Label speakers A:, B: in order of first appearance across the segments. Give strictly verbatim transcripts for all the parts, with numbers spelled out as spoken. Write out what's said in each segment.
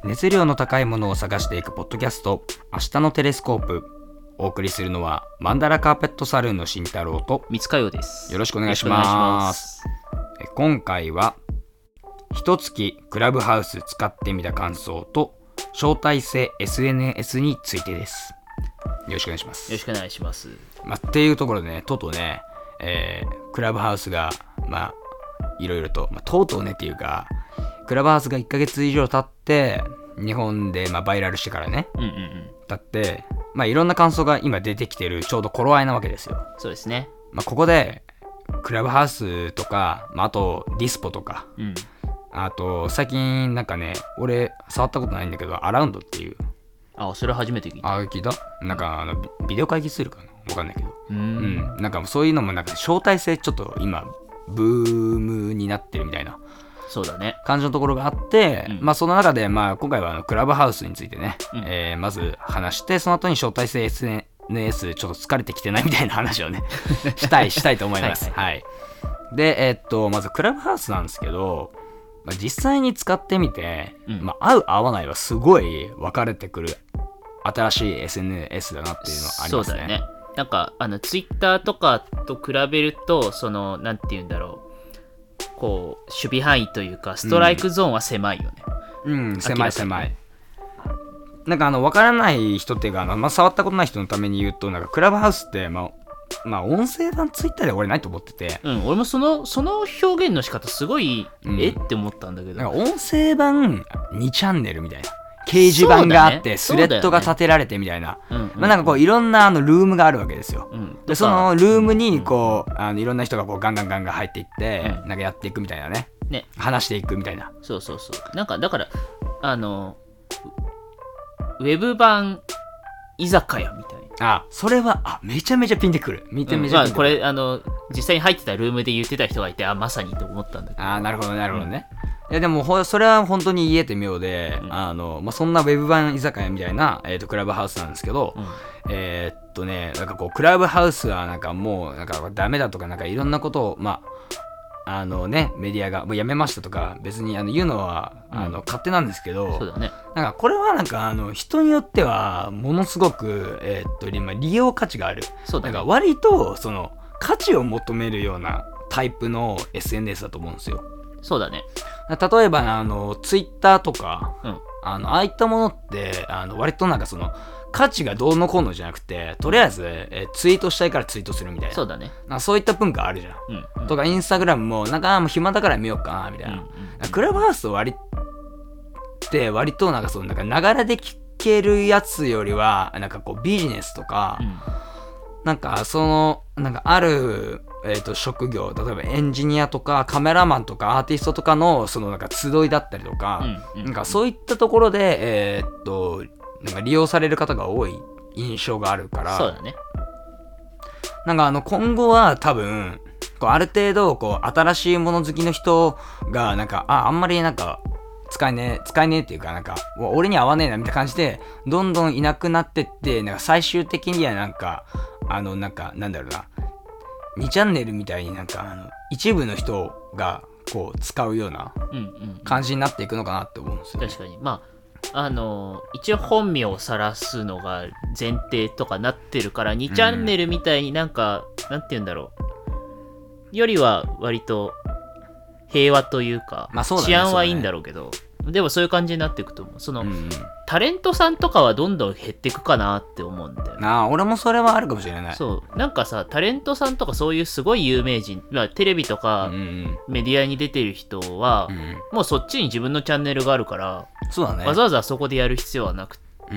A: 熱量の高いものを探していくポッドキャスト、明日のテレスコープ。お送りするのはマンダラカーペットサルーンの慎太郎と
B: 三塚洋です。
A: よろしくお願いします。え今回は一月クラブハウス使ってみた感想と招待制 エスエヌエス についてです。よろしくお願いします。
B: よろしくお願いします。
A: まあ、っていうところでね、とうとうね、えー、クラブハウスがまあいろいろと、まあ、とうとうねっていうか、クラブハウスがいっかげつ以上経って日本でまあバイラルしてからね、
B: うんうんうん、
A: 経ってまあいろんな感想が今出てきてるちょうど頃合いなわけですよ。
B: そうですね。
A: まあここでクラブハウスとか、まあ、あとディスポとか、
B: うん、
A: あと最近なんかね、俺触ったことないんだけどアラウンドっていう、
B: あ、それ初めて聞いた。
A: あ、聞いた？なんかあのビデオ会議するかな、わかんないけど、
B: うーん、
A: うん、なんかそういうのもなんか招待制ちょっと今ブームになってるみたいな、
B: そうだね、
A: 感じのところがあって、うん、まあその中でまあ今回はあのクラブハウスについてね、うん、えー、まず話して、その後に招待制 エスエヌエス ちょっと疲れてきてないみたいな話をねしたいしたいと思います。はい、はいはい。で、えー、っとまずクラブハウスなんですけど、まあ、実際に使ってみて、うん、まあ合う合わないはすごい分かれてくる新しい エスエヌエス だなっていうのはありますね。
B: そうだよね。なんかあのツイッターとかと比べると、そのなんていうんだろう、こう守備範囲というかストライクゾーンは狭いよね。
A: うん、うん、狭い狭い。なんかあの分からない人っていうか、まあ、触ったことない人のために言うと、なんかクラブハウスって、まあ、まあ音声版ツイッターで俺ないと思ってて、
B: うん、俺もそのその表現の仕方すごい、うん、えって思ったんだけど、
A: なんか音声版にチャンネルみたいな掲示板があって、ね、スレッドが立てられてみたいな、ね、まあ、なんかこういろんなあのルームがあるわけですよ、うん、でそのルームにこう、うん、あのいろんな人がこうガンガンガンガン入っていって、うん、なんかやっていくみたいなね、ね、話していくみたいな。
B: そうそうそう。なんかだからあのウェブ版居酒屋みたいな。
A: あ、それはあめちゃめちゃピンでくる。めちゃめちゃピンでくる。
B: うん、まあ、これあの実際に入ってたルームで言ってた人がいて、あ、まさにと思ったんだけど。
A: あ、なるほどなるほどね。うん、いやでもほそれは本当に言えて妙で、うん、あのまあ、そんなウェブ版居酒屋みたいな、えー、とクラブハウスなんですけど、うん、えー、っとねなんかこうクラブハウスはなんかもうなんかダメだとか、なんかいろんなことをまああのね、メディアがもうやめましたとか別にあの言うのは、うん、あの勝手なんですけど、
B: そうだね、
A: なんかこれはなんかあの人によってはものすごく、えー、っと今利用価値がある。
B: そうだね、
A: なんか割とその価値を求めるようなタイプの エスエヌエス だと思うんですよ。
B: そうだね。
A: 例えばあのツイッターとか、うん、あのああいったものってあの割となんかその価値がどうのこうのじゃなくて、とりあえずえツイートしたいからツイートするみたいな。
B: そうだね。
A: なんかそういった文化あるじゃん。うんうん、とかインスタグラムもなんかもう暇だから見ようかなみたいな。うんうん、クラブハウス割って割となんかそのなんかながらで聞けるやつよりはなんかこうビジネスとか、うん、なんかそのなんかあるえーと職業、例えばエンジニアとかカメラマンとかアーティストとかのそのなんか集いだったりとか、うんうん、なんかそういったところでえーっとなんか利用される方が多い印象があるから、
B: そうだね。
A: なんかあの今後は多分こうある程度こう新しいもの好きの人がなんかああんまりなんか使えねえ使えねえっていうか、なんか俺に合わねえなみたいな感じでどんどんいなくなってって、なんか最終的にはなんかあのなんかなんだろうな、にチャンネルみたいになんかあの一部の人がこう使うような感じになっていくのかなって思うんですよ、ね。
B: 確かに、まああの一応本名を晒すのが前提とかなってるから、にチャンネルみたいになんか、うん、なんて言うんだろうよりは割と平和というか、まあそうだね、治安はいいんだろうけど、でもそういう感じになっていくと思う。その、うん、タレントさんとかはどんどん減っていくかなって思うんだよね。
A: ああ、俺もそれはあるかもしれない。
B: そうなんかさ、タレントさんとかそういうすごい有名人、まあ、テレビとかメディアに出てる人は、うんうん、もうそっちに自分のチャンネルがあるから、
A: そうだね、
B: わざわざそこでやる必要はなくて、うん、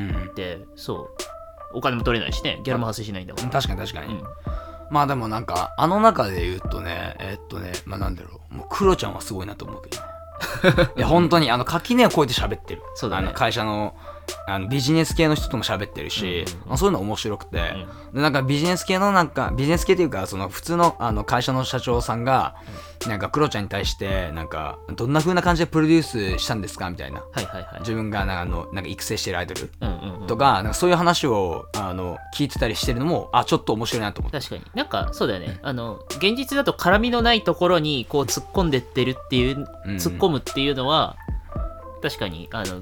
B: そうお金も取れないしね、ギャラも発生しないんだから。
A: 確かに確かに、うん、まあでもなんかあの中で言うとね、えー、っとねまあなんだろう、もうクロちゃんはすごいなと思うけどねいや本当にあの垣根を越えて喋ってる。
B: そうだね、
A: あの会社のあのビジネス系の人とも喋ってるし、うんうんうん、まあ、そういうの面白くて、うん、でなんかビジネス系のなんかビジネス系というかその普通のあの会社の社長さんが、うん、なんかクロちゃんに対してなんかどんな風な感じでプロデュースしたんですかみたいな、
B: はいはいはい、
A: 自分がなんかあのなんか育成してるアイドルとか、うんうんうん、なんかそういう話をあの聞いてたりしてるのもあちょっと面白いなと思って。
B: 確かになんかそうだよね、うん、あの現実だと絡みのないところにこう突っ込んでってるっていう、うん、突っ込むっていうのは確かにあの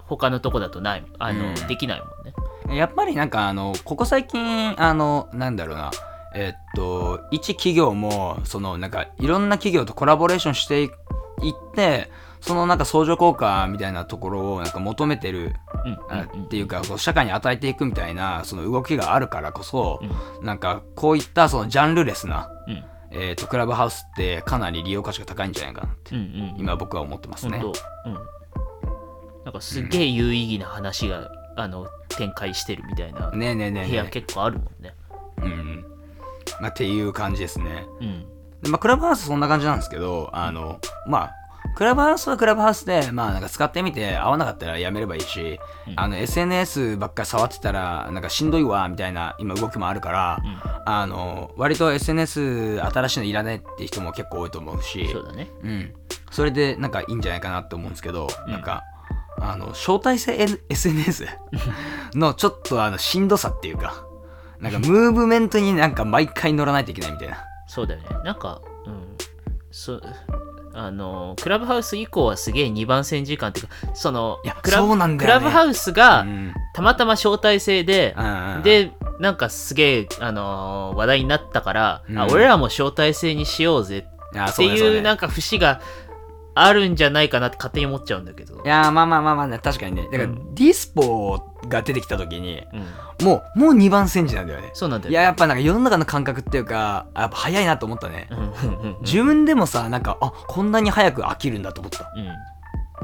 B: 他のとこだとないあの、うん、できないもん
A: ね。やっぱりなんかあのここ最近あのなんだろうなえー、っと一企業もそのなんかいろんな企業とコラボレーションしていってそのなんか相乗効果みたいなところをなんか求めてる、うん、っていうかこう社会に与えていくみたいなその動きがあるからこそ、うん、なんかこういったそのジャンルレスな、うんえー、とクラブハウスってかなり利用価値が高いんじゃないかなって、うんうん、今僕は思ってますね。
B: 本当、うん、なんかすげえ有意義な話が、うん、あの展開してるみたいな部屋結構あるもんね。
A: うん、まあ、っていう感じですね。うんでまあ、クラブハウスそんな感じなんですけどあのまあクラブハウスはクラブハウスで、まあ、なんか使ってみて合わなかったらやめればいいし、うん、あの エスエヌエス ばっかり触ってたらなんかしんどいわみたいな今動きもあるから、うん、あの割と エスエヌエス 新しいのいらないって人も結構多いと思うし
B: そうだね、
A: うん、それでなんかいいんじゃないかなって思うんですけど、うん、なんかあの招待制 エスエヌエス のちょっとあのしんどさっていうかなんかムーブメントになんか毎回乗らないといけないみたいな
B: そうだよねなんかうんそあのクラブハウス以降はすげえにばん線時間っていうかその
A: いやクラブ、そうなんだよね、
B: クラブハウスが、うん、たまたま招待制で、うん、でなんかすげえ、あのー、話題になったから、うん、あ俺らも招待制にしようぜっていうなんか節があるんじゃないかなって勝手に思っちゃうんだけど
A: いやまあまあまあまあ、ね、確かにねだから、うん、ディスポが出てきた時に、うん、もうもうにばん戦時なんだよね
B: そうなんだよ、ね、
A: いややっぱなんか世の中の感覚っていうかやっぱ早いなと思ったね自分でもさなんかあこんなに早く飽きるんだと思った、うん、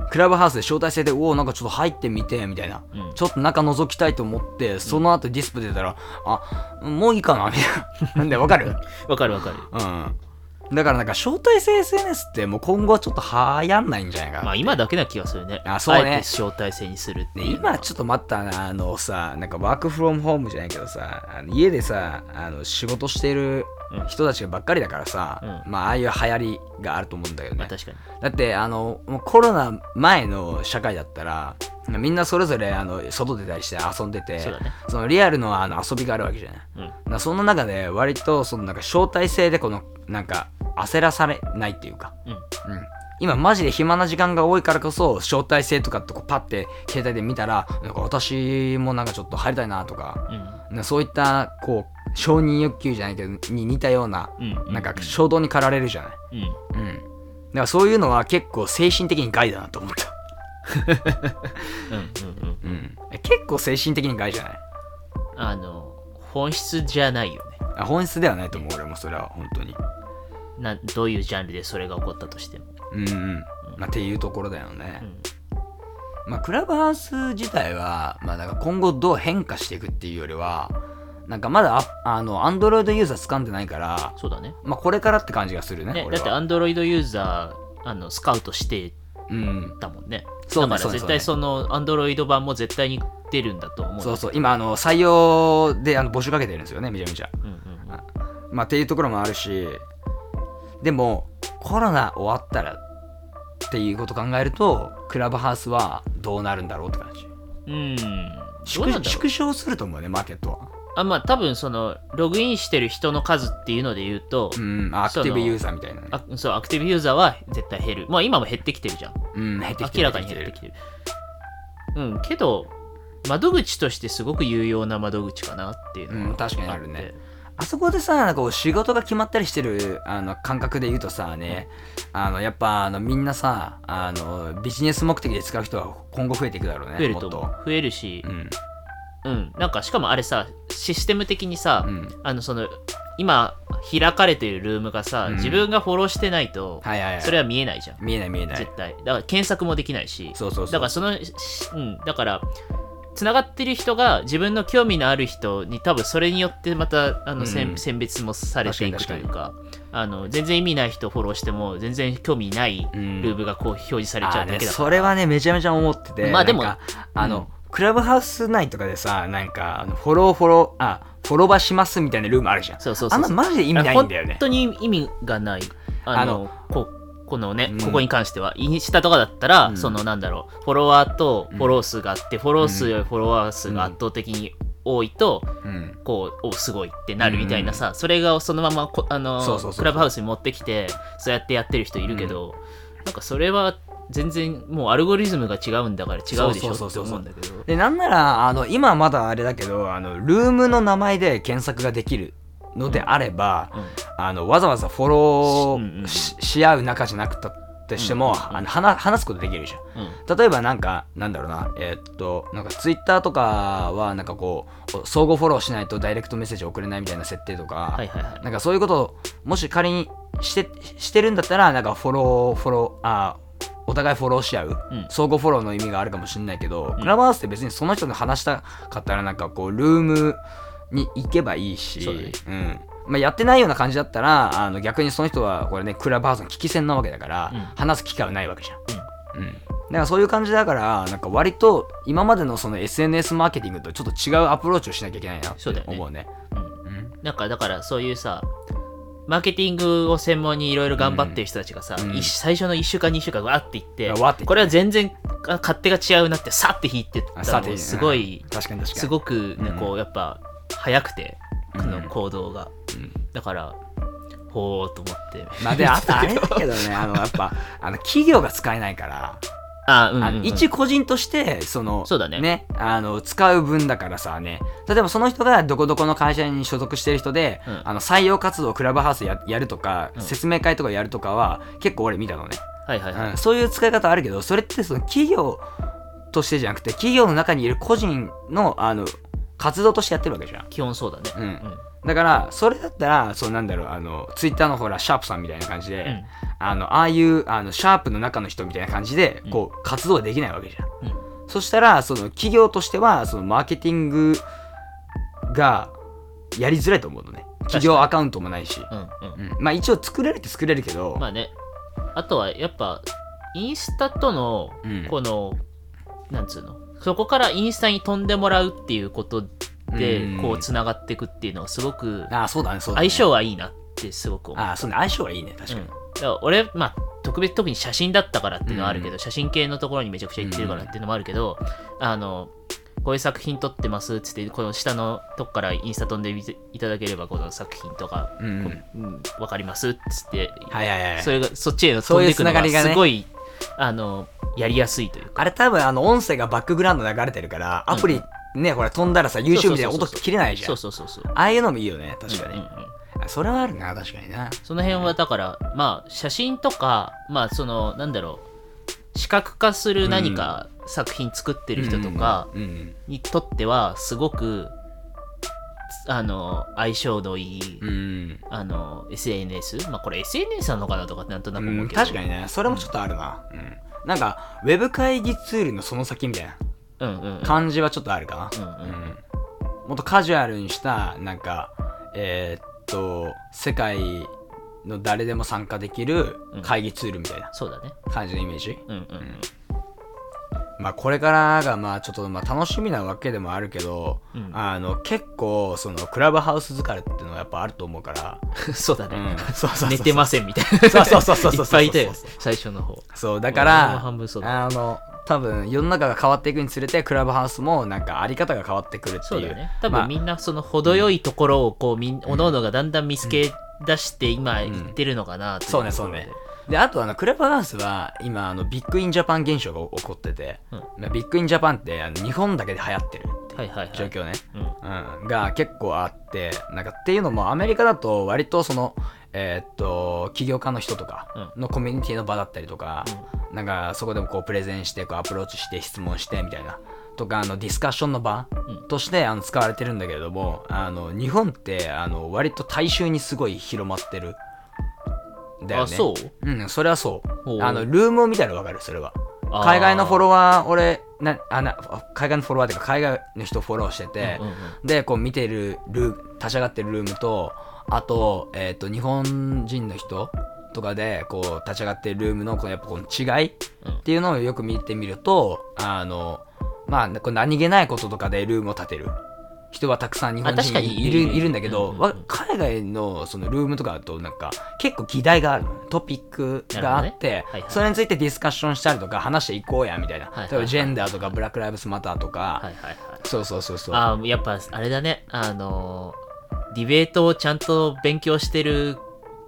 A: クラブハウスで招待制でおおなんかちょっと入ってみてみたいな、うん、ちょっと中覗きたいと思ってその後ディスポ出たら、うん、あもういいかなみたいななんでわかる
B: わかるわかる
A: うんだからなんか招待制 エスエヌエス ってもう今後はちょっと流行んないんじゃないかな。
B: まあ今だけな気がするね。
A: あ、そうね。
B: あえて招待制にするっていう。
A: 今ちょっと待ったな、あのさ、なんかワークフロムホームじゃないけどさ、あの家でさ、あの仕事してる人たちばっかりだからさ、うん、まあああいう流行りがあると思うんだよね。まあ、
B: 確かに。
A: だってあのコロナ前の社会だったら、みんなそれぞれあの外出たりして遊んでて、そ, ね、そのリアルのあの遊びがあるわけじゃない。うん、だからその中で割とそのなんか招待制でこのなんか焦らされないっていうか、うんうん、今マジで暇な時間が多いからこそ招待制とかってこうパッて携帯で見たらなんか私もなんかちょっと入りたいなとか、うん、そういったこう承認欲求じゃないけどに似たような、うんうんうん、なんか衝動に駆られるじゃない、うんうん、だからそういうのは結構精神的に害だなと思ったうんうんうん、うん、結構精神的に害じゃない
B: あの本質じゃないよね
A: あ本質ではないと思う俺もそれは本当に
B: などういうジャンルでそれが起こったとしても
A: うんうん、まあ、っていうところだよね、うん、まあクラブハウス自体は、まあ、だから今後どう変化していくっていうよりはなんかまだあの Android ユーザー掴んでないから
B: そうだね
A: まあこれからって感じがするね、
B: ねだって Android ユーザーあのスカウトしてたもんね、うん、だから絶対その Android 版も絶対に出るんだと思う
A: そうそう今あの採用であの募集かけてるんですよねめちゃめちゃ、うんうんうん、まあっていうところもあるしでもコロナ終わったらっていうことを考えるとクラブハウスはどうなるんだろうって感じうん縮, 縮小すると思うねマーケットは
B: あまあ多分そのログインしてる人の数っていうので言うと
A: うんアクティブユーザーみたいな、ね、
B: あそうアクティブユーザーは絶対減るまあ今も減ってきてるじゃん
A: うん減ってきてる
B: 明らかに減ってきてるうんけど窓口としてすごく有用な窓口かなっていうのは、
A: うん、確かにあるねあそこでさなんかこう仕事が決まったりしてるあの感覚で言うとさねあのやっぱあのみんなさあのビジネス目的で使う人は今後増えていくだろうね
B: 増えると思う増えるし、うんうん、なんかしかもあれさシステム的にさ、うん、あのその今開かれてるルームがさ、うん、自分がフォローしてないと、はいはいはい、それは見えないじゃん
A: 見えない見えない
B: 絶対だから検索もできないし
A: そうそうそう
B: だからその、うん、だからつながってる人が自分の興味のある人に多分それによってまたあの、うん、選別もされていくというかあの全然意味ない人をフォローしても全然興味ないルームがこう表示されちゃうだけだから、うんね、
A: それはねめちゃめちゃ思ってて
B: まあでも
A: あの、うん、クラブハウス内とかでさなんかあのフォローフォローあフォロバーしますみたいなルームあるじゃん
B: そうそうそうそう
A: あんなマジで意味ないんだよね
B: 本当に意味がないあのあのここのね、うん、ここに関してはインスタとかだったら、うん、そのなんだろうフォロワーとフォロー数があって、うん、フォロー数よりフォロワー数が圧倒的に多いと、うん、こうおすごいってなるみたいなさ、うん、それがそのままあのクラブハウスに持ってきてそうやってやってる人いるけど、うん、なんかそれは全然もうアルゴリズムが違うんだから違うでしょって思うんだけど。
A: でなんならあの今はまだあれだけど、あのルームの名前で検索ができるのであれば、うんうん、あのわざわざフォロー し,、うんうん、し, し合う仲じゃなくたってしても、うんうんうん、あの 話, 話すことできるじゃん、うん、例えばなんかなんだろうなえー、っとなんかツイッターとかはなんかこう相互フォローしないとダイレクトメッセージ送れないみたいな設定とか、はいはいはい、なんかそういうことをもし仮にしてしてるんだったらなんかフォローフォローあお互いフォローし合う、うん、相互フォローの意味があるかもしれないけど、うん、クラブハウスって別にその人と話したかったらなんかこうルームに行けばいいし、ねうんまあ、やってないような感じだったらあの逆にその人はこれねクラブハウスの聞き戦なわけだから、うん、話す機会はないわけじゃん、うんうん、だからそういう感じだからなんか割と今までのその エスエヌエス マーケティングとちょっと違うアプローチをしなきゃいけないなって思うね。
B: そうだよね、うんうん、なんかだからそういうさマーケティングを専門にいろいろ頑張ってる人たちがさ、うん、最初のいっしゅうかんにしゅうかんわっていってこれは全然勝手が違うなってさって引いてったのすごいすごく、ね、こうやっぱ早くてこの行動が、うん、だからほーと思って
A: まあであとあれだけどねあのやっぱあの企業が使えないからあ、うんうんうん、あの一個人としてその
B: そうだね、
A: ねあの使う分だからさね例えばその人がどこどこの会社に所属してる人で、うん、あの採用活動をクラブハウス や, やるとか、うん、説明会とかやるとかは結構俺見たのね、はいはいはいうん、そういう使い方あるけどそれってその企業としてじゃなくて企業の中にいる個人のあの活動としてやってるわけじゃん
B: 基本そうだね、うんうん、
A: だからそれだったらそうなんだろうあのツイッターのほらシャープさんみたいな感じで、うん、あのああいうあのシャープの中の人みたいな感じでこう活動ができないわけじゃん、うん、そしたらその企業としてはそのマーケティングがやりづらいと思うのね企業アカウントもないし、うんうんうん、まあ一応作れるって作れるけど
B: まあねあとはやっぱインスタとのこの、うん、なんつうのそこからインスタに飛んでもらうっていうことでこうつながっていくっていうのはすごく相性はいいなってすごく思う。
A: ああそうね相性はいいね確かに、うん、だ
B: から俺まあ特別特に写真だったからっていうのはあるけど、うん、写真系のところにめちゃくちゃ行ってるからっていうのもあるけど、うん、あのこういう作品撮ってますっつってこの下のとこからインスタ飛んでいただければこの作品とか、うんうん、分かりますっつって、はいはいはい、それがそっちへの飛んでいくのがすごいあのやりやすいというか
A: あれ多分あの音声がバックグラウンド流れてるからアプリ、うん、ねこれ飛んだらさ YouTube で音切れないじゃんそうそうそうそうああいうのもいいよね確かに、うんうんうん、それはあるな確かにな
B: その辺はだからまあ写真とかまあそのなんだろう視覚化する何か作品作ってる人とかにとってはすごくあの相性のいい、うん、あの エスエヌエス まあこれ エスエヌエス なのかなとかってなんとなく思うけど、
A: うん、確かにねそれもちょっとあるな、うん、なんかウェブ会議ツールのその先みたいな感じはちょっとあるかな、うんうんうん、もっとカジュアルにしたなんかえー、っと世界の誰でも参加できる会議ツールみたいな感じのイメージ、うんうんうんうん、まあこれからがまあちょっとまあ楽しみなわけでもあるけど、うん、あの結構そのクラブハウス疲れっていうのはやっぱあると思うから
B: そうだね、うん、そうそうそう寝てませんみたいな
A: そうそうそうそうそう
B: いっぱいいたよ最初の方
A: そうだから半分そうだあの多分世の中が変わっていくにつれてクラブハウスもなんかあり方が変わってくるっていう
B: そうだね多分みんなその程よいところをこうみんおのおのがだんだん見つけ出して今言ってるのかなっていう、
A: そうねそうねであとあのクラブハウスは今あのビッグインジャパン現象が起こってて、うん、ビッグインジャパンってあの日本だけで流行ってるっていう状況ね、はいはいはいうんうん、が結構あってなんかっていうのもアメリカだと割とそのえー、っと起業家の人とかのコミュニティの場だったりとか、うん、なんかそこでもこうプレゼンしてこうアプローチして質問してみたいなとかあのディスカッションの場としてあの使われてるんだけれどもあの日本ってあの割と大衆にすごい広まってるだよね。
B: あ、そう？
A: うん、それはそう。あのルームを見たらわかるそれは。海外のフォロワー俺なあな海外のフォロワーっていうか海外の人フォローしてて、うんうんうん、でこう見てるル立ち上がってるルームとあとえっ、ー、と日本人の人とかでこう立ち上がってるルームのこのやっぱこの違いっていうのをよく見てみるとあのまあこれ何気ないこととかでルームを立てる人はたくさん日本人にいる、いるんだけど、うんうんうん、海外のそのルームとかだとなんか結構議題があるトピックがあって、ねはいはい、それについてディスカッションしたりとか話していこうやみたいな、はいはいはい、例えばジェンダーとかブラックライブスマターとか、はいはいはい、そうそうそうそう
B: あやっぱあれだねあのディベートをちゃんと勉強してる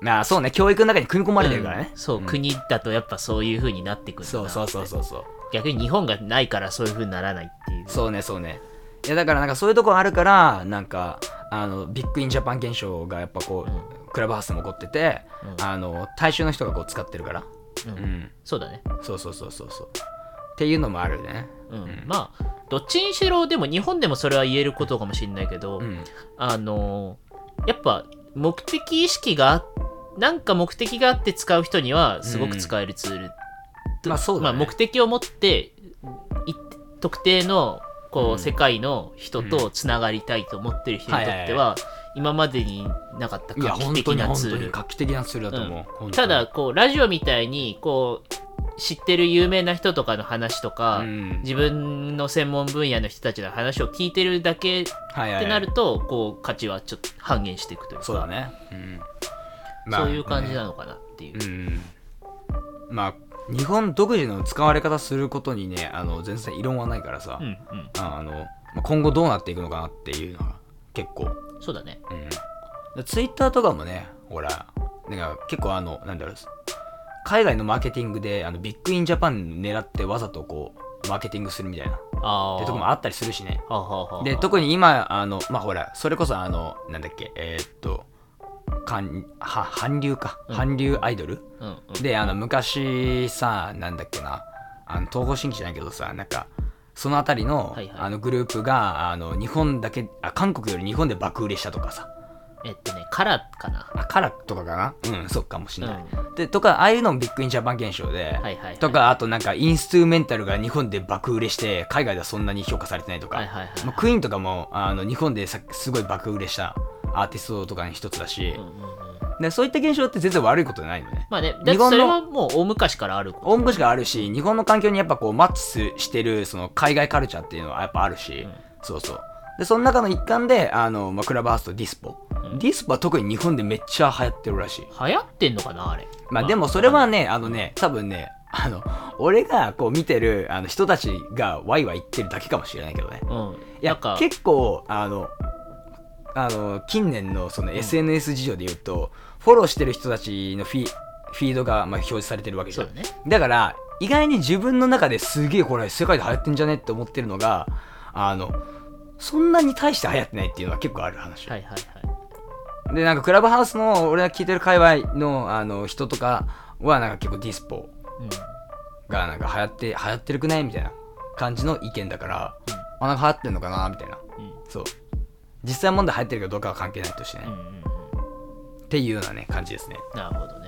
A: まあそうね、教育の中に組み込まれてるからね、
B: うん、そう、
A: ん、
B: 国だとやっぱそういう風になってくるんだなって。
A: そうそうそうそうそう、
B: 逆に日本がないからそういう風にならないっていう。
A: そうねそうね。いやだからなんかそういうとこあるからなんかあのビッグインジャパン現象がやっぱこう、うん、クラブハウスでも起こってて、うん、あの大衆の人がこう使ってるから、
B: うんうん、そうだね。
A: そうそうそうそうそうっていうのもあるね、
B: うんうん、まあどっちにしろでも日本でもそれは言えることかもしれないけど、うん、あのやっぱ目的意識がなんか目的があって使う人にはすごく使えるツール、
A: うん、まあそうだね、
B: まあ、目的を持って特定のこう、うん、世界の人とつながりたいと思ってる人にとっては、今までになかった画期的なツール。
A: 画期的なツールだと思う、
B: うん、ただこうラジオみたいにこう知ってる有名な人とかの話とか、うん、自分の専門分野の人たちの話を聞いてるだけってなると、こう価値はちょっと半減していくというか、
A: そうだね、うん
B: まあ、そういう感じなのかなっていう、
A: うん、まあ日本独自の使われ方することにね、あの全然異論はないからさ、うんうん、あの今後どうなっていくのかなっていうのが結構
B: そうだね、
A: うん、ツイッターとかもね、ほらなんか結構あのなんだろう、海外のマーケティングであのビッグインジャパン狙ってわざとこうマーケティングするみたいなってとこもあったりするしね。
B: ははは
A: で特に今あのまあほらそれこそあのなんだっけえー、っと韓は韓流か、うん、韓流アイドル、うんうん、であの昔さなんだっけなあの東方神起じゃないけどさなんかそのあたりの、はいはい、あのグループがあの日本だけあ韓国より日本で爆売れしたとかさ、
B: えっとねカラかな
A: あカラとかかなうんそうかもしれない、うん、でとかああいうのもビッグインジャパン現象で、はいはいはい、とかあとなんかインストゥルメンタルが日本で爆売れして海外ではそんなに評価されてないとか、はいはいはいはい、まあ、クイーンとかもあの日本ですごい爆売れしたアーティストとかに一つだし、うんうんうん、でそういった現象って全然悪いことないのね。
B: まあね、だってそれはもう大昔からあること、
A: 大昔からあるし、日本の環境にやっぱこうマッチしてるその海外カルチャーっていうのはやっぱあるし、うん、そうそう。でその中の一環であの、まあ、クラブハウスとディスポ、うん、ディスポは特に日本でめっちゃ流行ってるらしい。
B: 流行ってんのかなあれ。
A: まあでもそれはね、あのね、多分ね、あの俺がこう見てるあの人たちがワイワイ言ってるだけかもしれないけどね。うん、いや結構あの。あの近年のその エスエヌエス 事情で言うと、うん、フォローしてる人たちのフィ、フィードがまあ表示されてるわけじゃん。そうだね。だから意外に自分の中ですげえこれ世界で流行ってんじゃねって思ってるのがあのそんなに大して流行ってないっていうのは結構ある話。はいはいはい。でなんかクラブハウスの俺が聞いてる界隈のあの人とかはなんか結構ディスポがなんか流行って流行ってるくないみたいな感じの意見だから、うん、あなんか流行ってんのかなみたいな、うん、そう。実際問題入ってるかどうかは関係ないとしてね、うんうんうん、っていうようなね感じですね。
B: なるほどね、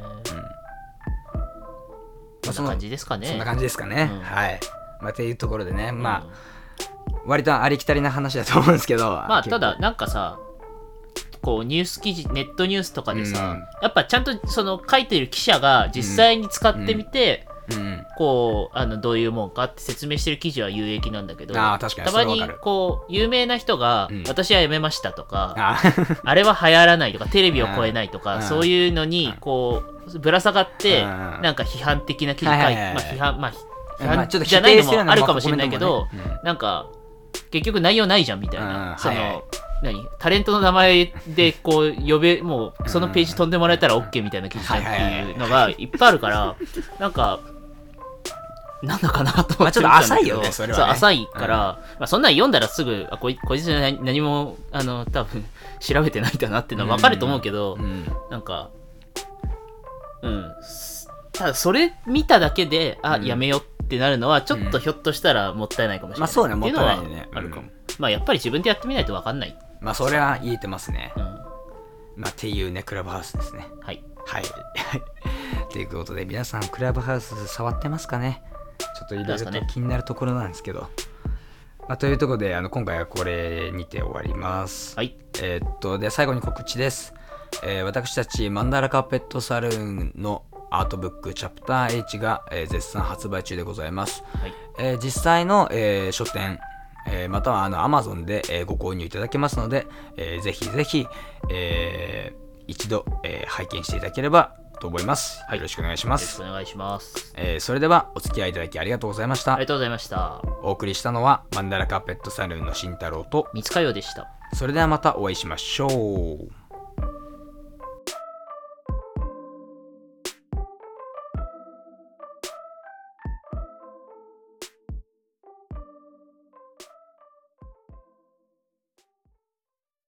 B: うん、そんな感じですかね。
A: そんな感じですかね、うん、はい、まあ、っていうところでね、うん、まあ割とありきたりな話だと思うんですけど、
B: まあただなんかさこうニュース記事ネットニュースとかでさ、うん、やっぱちゃんとその書いてる記者が実際に使ってみて、うんうんうん、こうあのどういうもんかって説明してる記事は有益なんだけど、
A: あ確かに
B: たまにこう有名な人が、うん、私はやめましたとか あ, あれは流行らないとかテレビを超えないとかそういうのにこうぶら下がってなんか批判的な記事書いて、まあ批判まあ批判じゃないのもあるかもしれないけど、ね、うん、なんか結局内容ないじゃんみたいな、その、はいはい、何タレントの名前でこう呼べもうそのページ飛んでもらえたら OK みたいな記事っていうのがいっぱいあるからなんかなんだかなと思って、まあ、
A: ちょっと浅いよね、それは、ね、
B: そう浅いから、うん、まあ、そんなん読んだらすぐあこい、こいつ何何もあの多分調べてないんだなっていうのは分かると思うけど、うんうん、なんかうんただそれ見ただけであ、うん、やめよってなるのはちょっとひょっとしたらもったいないかもしれない、うん、まあそうね、もったいないよね、あるかも、うん、まあやっぱり自分でやってみないと分かんない。
A: まあそれは言えてますね、うん、まあっていうねクラブハウスですね。
B: はい
A: はいということで皆さんクラブハウス触ってますかね。ちょっといろいろと気になるところなんですけど、まあ、というところであの今回はこれにて終わります。
B: はい。
A: えー、っとで最後に告知です。えー、私たちマンダラカーペットサルーンのアートブックチャプター H が、えー、絶賛発売中でございます。はい。えー、実際の、えー、書店、えー、またはあの Amazon で、えー、ご購入いただけますので、えー、ぜひぜひ、えー、一度、えー、拝見していただければと思います、はい、よろしくお願いします。
B: よろしくお願いします、
A: えー、それではお付き合いいただきありがとうございました。
B: ありがとうございました。
A: お送りしたのはマンダラカーペットサルーンの慎太郎と
B: 三塚洋でした。
A: それではまたお会いしましょう。